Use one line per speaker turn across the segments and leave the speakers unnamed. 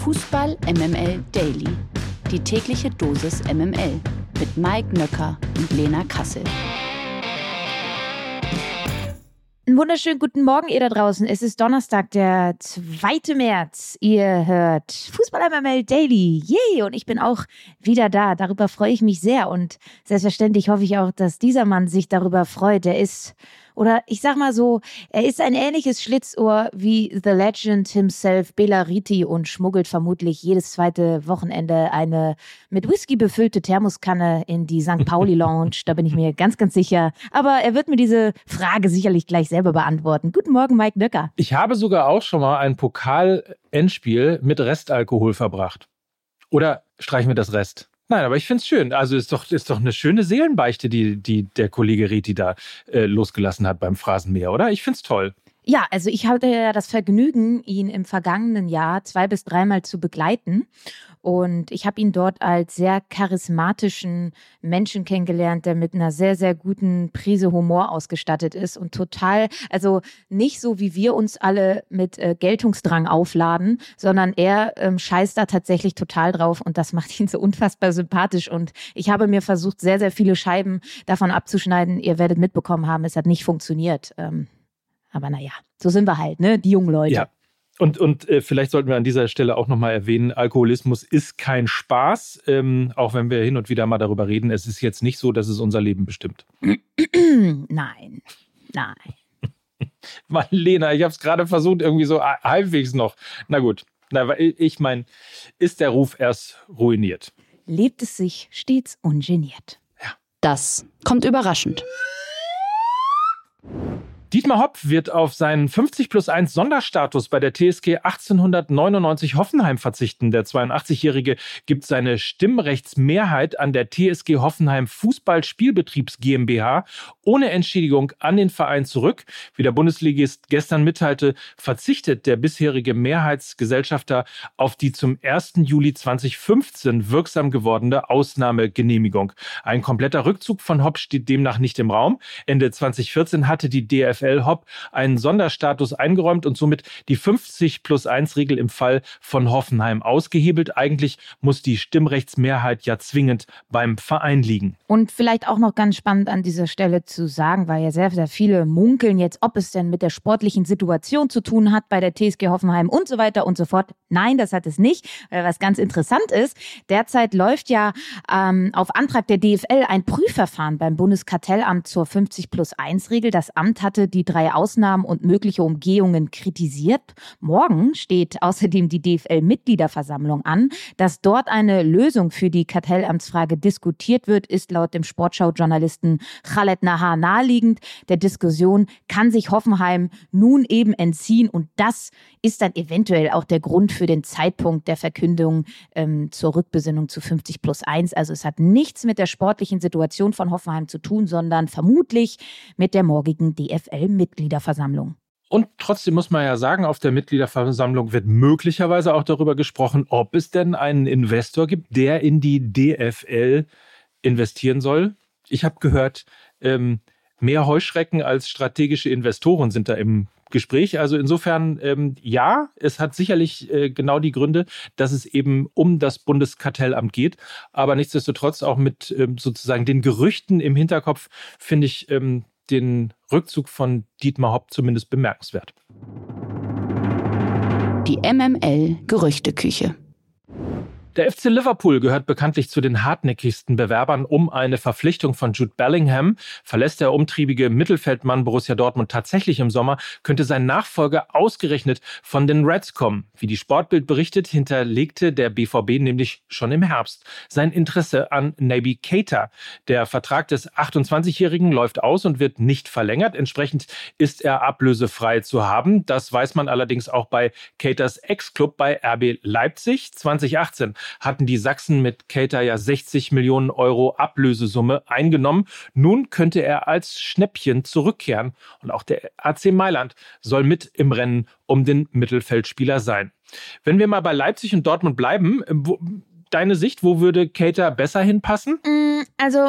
Fußball MML Daily. Die tägliche Dosis MML mit Mike Nöcker und Lena Kassel.
Einen wunderschönen guten Morgen, ihr da draußen. Es ist Donnerstag, der 2. März. Ihr hört Fußball MML Daily. Yay! Und ich bin auch wieder da. Darüber freue ich mich sehr. Und selbstverständlich hoffe ich auch, dass dieser Mann sich darüber freut. Er ist ein ähnliches Schlitzohr wie The Legend himself, Bela Riti, und schmuggelt vermutlich jedes zweite Wochenende eine mit Whisky befüllte Thermoskanne in die St. Pauli Lounge. Da bin ich mir ganz, ganz sicher. Aber er wird mir diese Frage sicherlich gleich selber beantworten. Guten Morgen, Mike Nöcker.
Ich habe sogar auch schon mal ein Pokal-Endspiel mit Restalkohol verbracht. Oder streichen wir das Rest? Nein, aber ich finde es schön. Also ist doch eine schöne Seelenbeichte, die der Kollege Riti da losgelassen hat beim Phrasenmäher, oder? Ich finde es toll.
Ja, also ich hatte ja das Vergnügen, ihn im vergangenen Jahr 2- bis 3-mal zu begleiten. Und ich habe ihn dort als sehr charismatischen Menschen kennengelernt, der mit einer sehr, sehr guten Prise Humor ausgestattet ist und total, also nicht so wie wir uns alle mit Geltungsdrang aufladen, sondern er scheißt da tatsächlich total drauf und das macht ihn so unfassbar sympathisch. Und ich habe mir versucht, sehr, sehr viele Scheiben davon abzuschneiden. Ihr werdet mitbekommen haben, es hat nicht funktioniert. Aber naja, so sind wir halt, ne? Die jungen Leute.
Ja. Und vielleicht sollten wir an dieser Stelle auch nochmal erwähnen, Alkoholismus ist kein Spaß, auch wenn wir hin und wieder mal darüber reden. Es ist jetzt nicht so, dass es unser Leben bestimmt.
Nein.
Mann, Lena, ich habe es gerade versucht, irgendwie so halbwegs noch. Na gut, ich meine, ist der Ruf erst ruiniert?
Lebt es sich stets ungeniert.
Ja. Das kommt überraschend.
Dietmar Hopp wird auf seinen 50+1 Sonderstatus bei der TSG 1899 Hoffenheim verzichten. Der 82-Jährige gibt seine Stimmrechtsmehrheit an der TSG Hoffenheim Fußball-Spielbetriebs GmbH ohne Entschädigung an den Verein zurück. Wie der Bundesligist gestern mitteilte, verzichtet der bisherige Mehrheitsgesellschafter auf die zum 1. Juli 2015 wirksam gewordene Ausnahmegenehmigung. Ein kompletter Rückzug von Hopp steht demnach nicht im Raum. Ende 2014 hatte die DFL Hopp einen Sonderstatus eingeräumt und somit die 50+1-Regel im Fall von Hoffenheim ausgehebelt. Eigentlich muss die Stimmrechtsmehrheit ja zwingend beim Verein liegen.
Und vielleicht auch noch ganz spannend an dieser Stelle zu sagen, weil ja sehr, sehr viele munkeln jetzt, ob es denn mit der sportlichen Situation zu tun hat bei der TSG Hoffenheim und so weiter und so fort. Nein, das hat es nicht. Was ganz interessant ist, derzeit läuft ja auf Antrag der DFL ein Prüfverfahren beim Bundeskartellamt zur 50+1-Regel. Das Amt hatte die 3 Ausnahmen und mögliche Umgehungen kritisiert. Morgen steht außerdem die DFL-Mitgliederversammlung an. Dass dort eine Lösung für die Kartellamtsfrage diskutiert wird, ist laut dem Sportschau-Journalisten Khaled Nahar naheliegend. Der Diskussion kann sich Hoffenheim nun eben entziehen und das ist dann eventuell auch der Grund für den Zeitpunkt der Verkündung zur Rückbesinnung zu 50+1. Also es hat nichts mit der sportlichen Situation von Hoffenheim zu tun, sondern vermutlich mit der morgigen DFL-Mitgliederversammlung.
Und trotzdem muss man ja sagen, auf der Mitgliederversammlung wird möglicherweise auch darüber gesprochen, ob es denn einen Investor gibt, der in die DFL investieren soll. Ich habe gehört, mehr Heuschrecken als strategische Investoren sind da im Gespräch. Also insofern, ja, es hat sicherlich genau die Gründe, dass es eben um das Bundeskartellamt geht. Aber nichtsdestotrotz auch mit sozusagen den Gerüchten im Hinterkopf finde ich den Rückzug von Dietmar Hopp zumindest bemerkenswert.
Die MML-Gerüchteküche.
Der FC Liverpool gehört bekanntlich zu den hartnäckigsten Bewerbern um eine Verpflichtung von Jude Bellingham. Verlässt der umtriebige Mittelfeldmann Borussia Dortmund tatsächlich im Sommer, könnte sein Nachfolger ausgerechnet von den Reds kommen. Wie die Sportbild berichtet, hinterlegte der BVB nämlich schon im Herbst sein Interesse an Naby Keita. Der Vertrag des 28-Jährigen läuft aus und wird nicht verlängert. Entsprechend ist er ablösefrei zu haben. Das weiß man allerdings auch bei Keitas Ex-Club bei RB Leipzig. 2018 hatten die Sachsen mit Keita ja 60 Millionen Euro Ablösesumme eingenommen. Nun könnte er als Schnäppchen zurückkehren. Und auch der AC Mailand soll mit im Rennen um den Mittelfeldspieler sein. Wenn wir mal bei Leipzig und Dortmund bleiben, deine Sicht, wo würde Keita besser hinpassen?
Also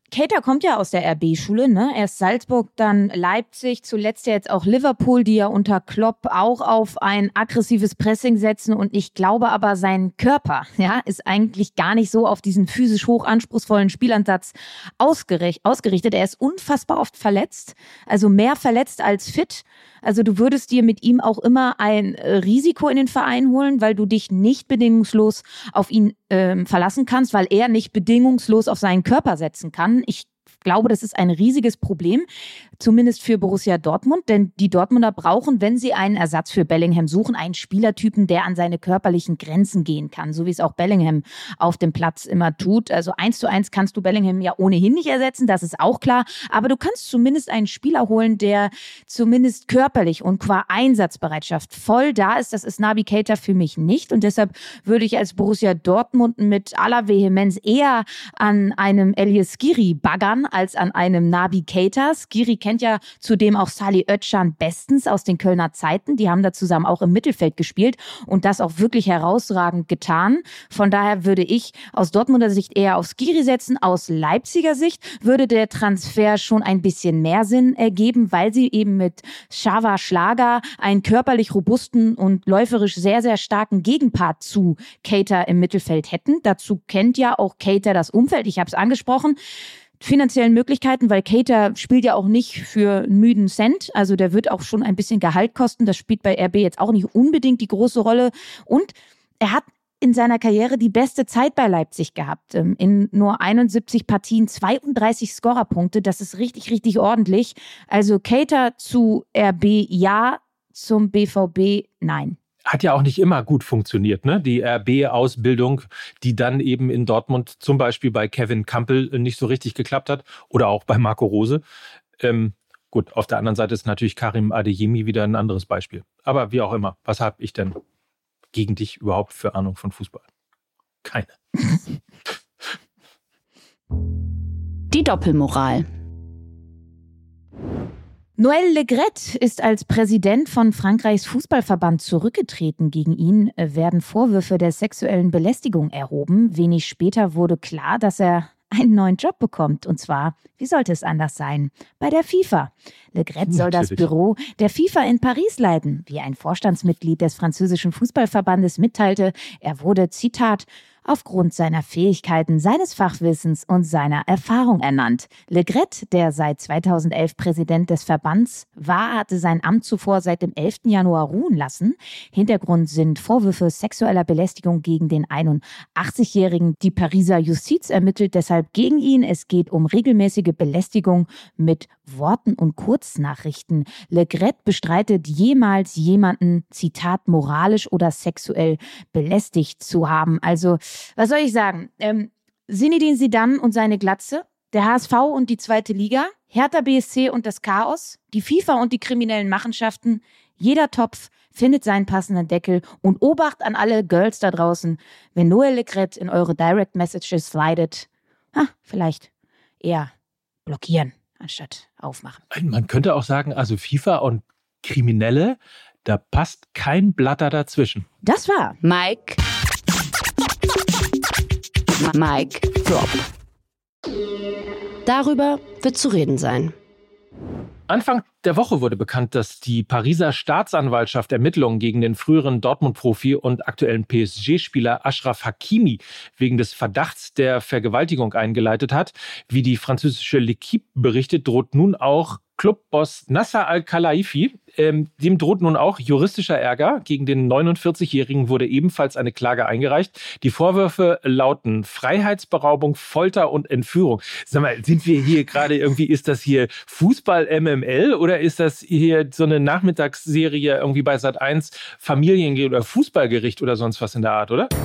Keita kommt ja aus der RB-Schule, ne? Erst Salzburg, dann Leipzig, zuletzt ja jetzt auch Liverpool, die ja unter Klopp auch auf ein aggressives Pressing setzen. Und ich glaube aber, sein Körper, ja, ist eigentlich gar nicht so auf diesen physisch hoch anspruchsvollen Spielansatz ausgerichtet. Er ist unfassbar oft verletzt, also mehr verletzt als fit. Also du würdest dir mit ihm auch immer ein Risiko in den Verein holen, weil du dich nicht bedingungslos auf ihn verlassen kannst, weil er nicht bedingungslos auf seinen Körper setzen kann. Ich glaube, das ist ein riesiges Problem, zumindest für Borussia Dortmund, denn die Dortmunder brauchen, wenn sie einen Ersatz für Bellingham suchen, einen Spielertypen, der an seine körperlichen Grenzen gehen kann, so wie es auch Bellingham auf dem Platz immer tut. Also 1:1 kannst du Bellingham ja ohnehin nicht ersetzen, das ist auch klar, aber du kannst zumindest einen Spieler holen, der zumindest körperlich und qua Einsatzbereitschaft voll da ist. Das ist Naby Keita für mich nicht und deshalb würde ich als Borussia Dortmund mit aller Vehemenz eher an einem Elias Skiri baggern, als an einem Naby Keita. Skiri kennt ja zudem auch Salih Özcan bestens aus den Kölner Zeiten. Die haben da zusammen auch im Mittelfeld gespielt und das auch wirklich herausragend getan. Von daher würde ich aus Dortmunder Sicht eher auf Skiri setzen. Aus Leipziger Sicht würde der Transfer schon ein bisschen mehr Sinn ergeben, weil sie eben mit Xhava Schlager einen körperlich robusten und läuferisch sehr, sehr starken Gegenpart zu Keita im Mittelfeld hätten. Dazu kennt ja auch Keita das Umfeld. Ich habe es angesprochen. Finanziellen Möglichkeiten, weil Keita spielt ja auch nicht für einen müden Cent, also der wird auch schon ein bisschen Gehalt kosten, das spielt bei RB jetzt auch nicht unbedingt die große Rolle und er hat in seiner Karriere die beste Zeit bei Leipzig gehabt, in nur 71 Partien 32 Scorerpunkte, das ist richtig, richtig ordentlich, also Keita zu RB ja, zum BVB nein.
Hat ja auch nicht immer gut funktioniert, ne? Die RB-Ausbildung, die dann eben in Dortmund zum Beispiel bei Kevin Campbell nicht so richtig geklappt hat oder auch bei Marco Rose. Gut, auf der anderen Seite ist natürlich Karim Adeyemi wieder ein anderes Beispiel. Aber wie auch immer, was habe ich denn gegen dich überhaupt für Ahnung von Fußball? Keine.
Die Doppelmoral.
Noël Le Graët ist als Präsident von Frankreichs Fußballverband zurückgetreten. Gegen ihn werden Vorwürfe der sexuellen Belästigung erhoben. Wenig später wurde klar, dass er einen neuen Job bekommt. Und zwar, wie sollte es anders sein, bei der FIFA. Le Graët soll das Büro der FIFA in Paris leiten. Wie ein Vorstandsmitglied des französischen Fußballverbandes mitteilte, er wurde, Zitat, aufgrund seiner Fähigkeiten, seines Fachwissens und seiner Erfahrung ernannt. Le Graët, der seit 2011 Präsident des Verbands war, hatte sein Amt zuvor seit dem 11. Januar ruhen lassen. Hintergrund sind Vorwürfe sexueller Belästigung gegen den 81-Jährigen. Die Pariser Justiz ermittelt deshalb gegen ihn. Es geht um regelmäßige Belästigung mit Worten und Kurznachrichten. Le Graët bestreitet jemals jemanden, Zitat, moralisch oder sexuell belästigt zu haben. Also was soll ich sagen? Zinedine Zidane und seine Glatze, der HSV und die zweite Liga, Hertha BSC und das Chaos, die FIFA und die kriminellen Machenschaften. Jeder Topf findet seinen passenden Deckel und Obacht an alle Girls da draußen, wenn Noël Le Graët in eure Direct Messages slidet, vielleicht eher blockieren anstatt aufmachen.
Man könnte auch sagen, also FIFA und Kriminelle, da passt kein Blatter dazwischen.
Das war
Mike Drop. Darüber wird zu reden sein.
Anfang der Woche wurde bekannt, dass die Pariser Staatsanwaltschaft Ermittlungen gegen den früheren Dortmund-Profi und aktuellen PSG-Spieler Achraf Hakimi wegen des Verdachts der Vergewaltigung eingeleitet hat. Wie die französische L'Équipe berichtet, droht nun auch Clubboss Nasser Al-Khelaifi. Dem droht nun auch juristischer Ärger. Gegen den 49-Jährigen wurde ebenfalls eine Klage eingereicht. Die Vorwürfe lauten Freiheitsberaubung, Folter und Entführung. Sag mal, sind wir hier gerade irgendwie, ist das hier Fußball-MML oder ist das hier so eine Nachmittagsserie irgendwie bei Sat.1 Familiengericht oder Fußballgericht oder sonst was in der Art, oder?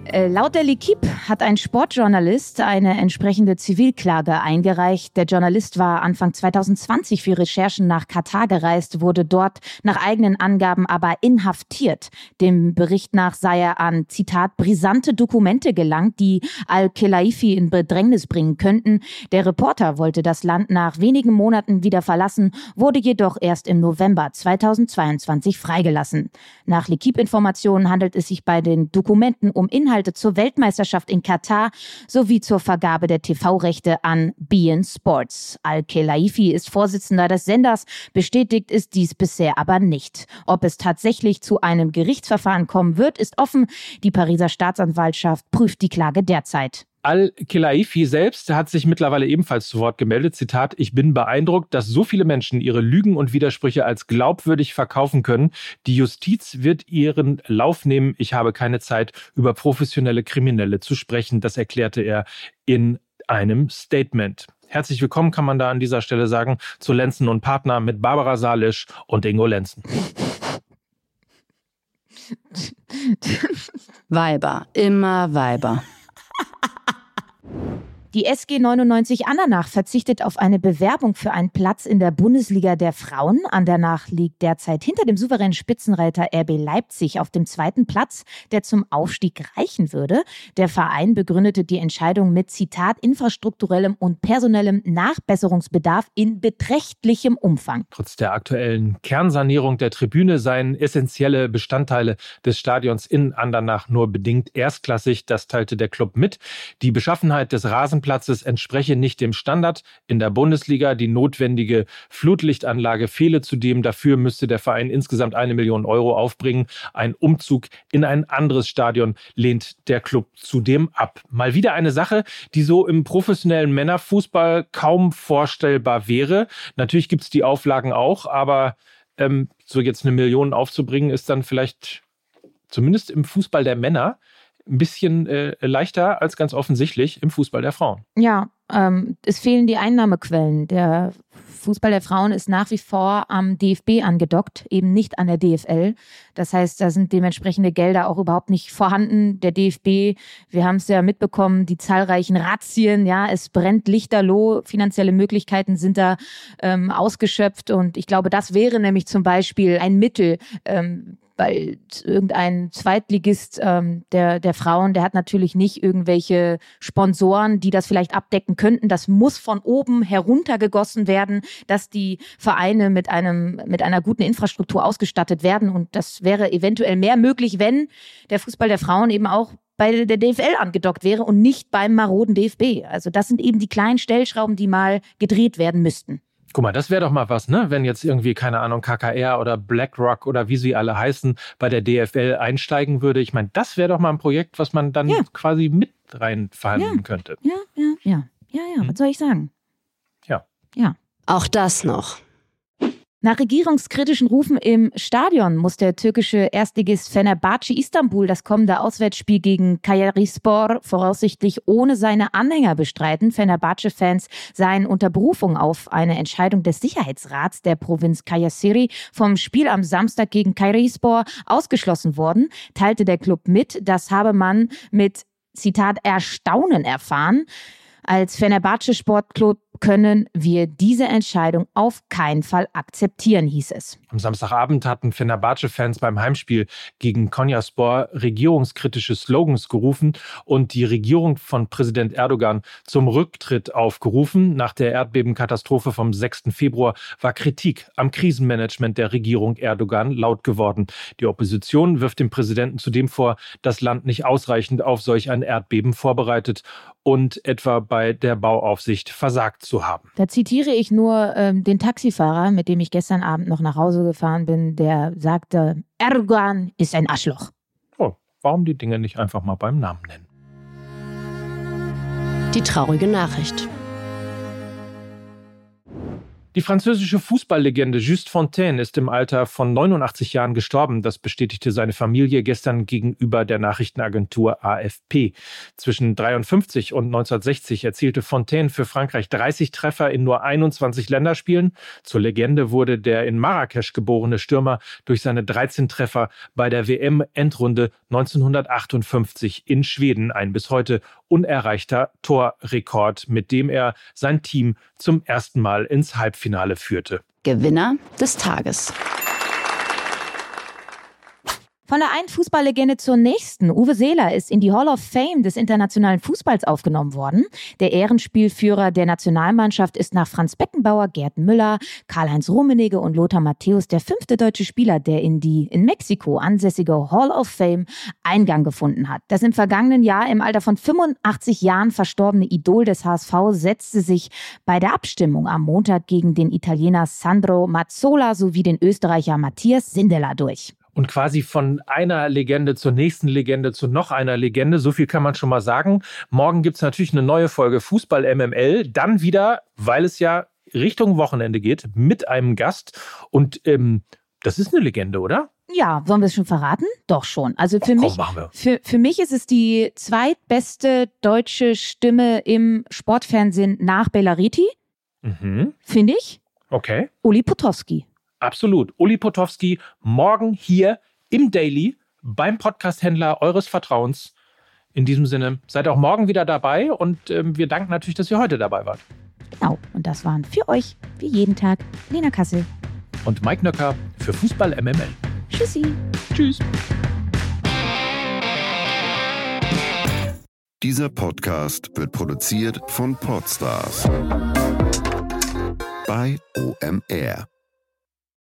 Laut der L'Équipe hat ein Sportjournalist eine entsprechende Zivilklage eingereicht. Der Journalist war Anfang 2020 für Recherchen nach Katar gereist, wurde dort nach eigenen Angaben aber inhaftiert. Dem Bericht nach sei er an, Zitat, brisante Dokumente gelangt, die Al-Khelaifi in Bedrängnis bringen könnten. Der Reporter wollte das Land nach wenigen Monaten wieder verlassen, wurde jedoch erst im November 2022 freigelassen. Nach L'Équipe-Informationen handelt es sich bei den Dokumenten um Inhalte zur Weltmeisterschaft in Katar sowie zur Vergabe der TV-Rechte an beIN Sports. Al-Khelaifi ist Vorsitzender des Senders, bestätigt ist dies bisher aber nicht. Ob es tatsächlich zu einem Gerichtsverfahren kommen wird, ist offen. Die Pariser Staatsanwaltschaft prüft die Klage derzeit.
Al-Khelaifi selbst hat sich mittlerweile ebenfalls zu Wort gemeldet. Zitat, ich bin beeindruckt, dass so viele Menschen ihre Lügen und Widersprüche als glaubwürdig verkaufen können. Die Justiz wird ihren Lauf nehmen. Ich habe keine Zeit, über professionelle Kriminelle zu sprechen. Das erklärte er in einem Statement. Herzlich willkommen, kann man da an dieser Stelle sagen, zu Lenzen und Partner mit Barbara Salisch und Ingo Lenzen.
Weiber, immer Weiber.
Die SG 99 Andernach verzichtet auf eine Bewerbung für einen Platz in der Bundesliga der Frauen. Andernach liegt derzeit hinter dem souveränen Spitzenreiter RB Leipzig auf dem 2. Platz, der zum Aufstieg reichen würde. Der Verein begründete die Entscheidung mit, Zitat, infrastrukturellem und personellem Nachbesserungsbedarf in beträchtlichem Umfang.
Trotz der aktuellen Kernsanierung der Tribüne seien essentielle Bestandteile des Stadions in Andernach nur bedingt erstklassig. Das teilte der Club mit. Die Beschaffenheit des Rasenplatzes entspreche nicht dem Standard in der Bundesliga. Die notwendige Flutlichtanlage fehle zudem. Dafür müsste der Verein insgesamt 1 Million Euro aufbringen. Ein Umzug in ein anderes Stadion lehnt der Club zudem ab. Mal wieder eine Sache, die so im professionellen Männerfußball kaum vorstellbar wäre. Natürlich gibt es die Auflagen auch, aber so jetzt 1 Million aufzubringen, ist dann vielleicht zumindest im Fußball der Männer ein bisschen leichter als ganz offensichtlich im Fußball der Frauen.
Ja, es fehlen die Einnahmequellen. Der Fußball der Frauen ist nach wie vor am DFB angedockt, eben nicht an der DFL. Das heißt, da sind dementsprechende Gelder auch überhaupt nicht vorhanden. Der DFB, wir haben es ja mitbekommen, die zahlreichen Razzien, ja, es brennt lichterloh, finanzielle Möglichkeiten sind da ausgeschöpft und ich glaube, das wäre nämlich zum Beispiel ein Mittel, weil irgendein Zweitligist der Frauen, der hat natürlich nicht irgendwelche Sponsoren, die das vielleicht abdecken könnten. Das muss von oben heruntergegossen werden, dass die Vereine mit einer guten Infrastruktur ausgestattet werden. Und das wäre eventuell mehr möglich, wenn der Fußball der Frauen eben auch bei der DFL angedockt wäre und nicht beim maroden DFB. Also das sind eben die kleinen Stellschrauben, die mal gedreht werden müssten.
Guck mal, das wäre doch mal was, ne? Wenn jetzt irgendwie, keine Ahnung, KKR oder BlackRock oder wie sie alle heißen, bei der DFL einsteigen würde. Ich meine, das wäre doch mal ein Projekt, was man dann quasi mit rein verhandeln könnte.
Ja. Was soll ich sagen? Ja.
Auch das noch.
Nach regierungskritischen Rufen im Stadion muss der türkische Erstligist Fenerbahçe Istanbul das kommende Auswärtsspiel gegen Kayserispor voraussichtlich ohne seine Anhänger bestreiten. Fenerbahçe-Fans seien unter Berufung auf eine Entscheidung des Sicherheitsrats der Provinz Kayseri vom Spiel am Samstag gegen Kayserispor ausgeschlossen worden, teilte der Club mit. Das habe man mit, Zitat, Erstaunen erfahren. Als Fenerbahçe Sportclub können wir diese Entscheidung auf keinen Fall akzeptieren, hieß es.
Am Samstagabend hatten Fenerbahçe-Fans beim Heimspiel gegen Konyaspor regierungskritische Slogans gerufen und die Regierung von Präsident Erdogan zum Rücktritt aufgerufen. Nach der Erdbebenkatastrophe vom 6. Februar war Kritik am Krisenmanagement der Regierung Erdogan laut geworden. Die Opposition wirft dem Präsidenten zudem vor, das Land nicht ausreichend auf solch ein Erdbeben vorbereitet und etwa bei der Bauaufsicht versagt zu haben.
Da zitiere ich nur den Taxifahrer, mit dem ich gestern Abend noch nach Hause gefahren bin, der sagte, Erdogan ist ein Arschloch.
Oh, warum die Dinge nicht einfach mal beim Namen nennen?
Die traurige Nachricht.
Die französische Fußballlegende Just Fontaine ist im Alter von 89 Jahren gestorben. Das bestätigte seine Familie gestern gegenüber der Nachrichtenagentur AFP. Zwischen 53 und 1960 erzielte Fontaine für Frankreich 30 Treffer in nur 21 Länderspielen. Zur Legende wurde der in Marrakesch geborene Stürmer durch seine 13 Treffer bei der WM-Endrunde 1958 in Schweden, ein bis heute unerreichter Torrekord, mit dem er sein Team zum ersten Mal ins Halbfinale führte.
Gewinner des Tages.
Von der einen Fußballlegende zur nächsten. Uwe Seeler ist in die Hall of Fame des internationalen Fußballs aufgenommen worden. Der Ehrenspielführer der Nationalmannschaft ist nach Franz Beckenbauer, Gerd Müller, Karl-Heinz Rummenigge und Lothar Matthäus der 5. deutsche Spieler, der in die in Mexiko ansässige Hall of Fame Eingang gefunden hat. Das im vergangenen Jahr im Alter von 85 Jahren verstorbene Idol des HSV setzte sich bei der Abstimmung am Montag gegen den Italiener Sandro Mazzola sowie den Österreicher Matthias Sindelar durch.
Und quasi von einer Legende zur nächsten Legende zu noch einer Legende. So viel kann man schon mal sagen. Morgen gibt es natürlich eine neue Folge Fußball MML. Dann wieder, weil es ja Richtung Wochenende geht, mit einem Gast. Und das ist eine Legende, oder?
Ja, wollen wir es schon verraten? Doch schon. Also für mich ist es die zweitbeste deutsche Stimme im Sportfernsehen nach Bela Reti. Finde ich.
Okay.
Uli Potowski.
Absolut. Uli Potowski morgen hier im Daily beim Podcast-Händler eures Vertrauens. In diesem Sinne, seid auch morgen wieder dabei und wir danken natürlich, dass ihr heute dabei wart.
Genau. Und das waren für euch, wie jeden Tag, Lena Kassel
und Mike Nöcker für Fußball MML.
Tschüssi.
Tschüss.
Dieser Podcast wird produziert von Podstars bei OMR.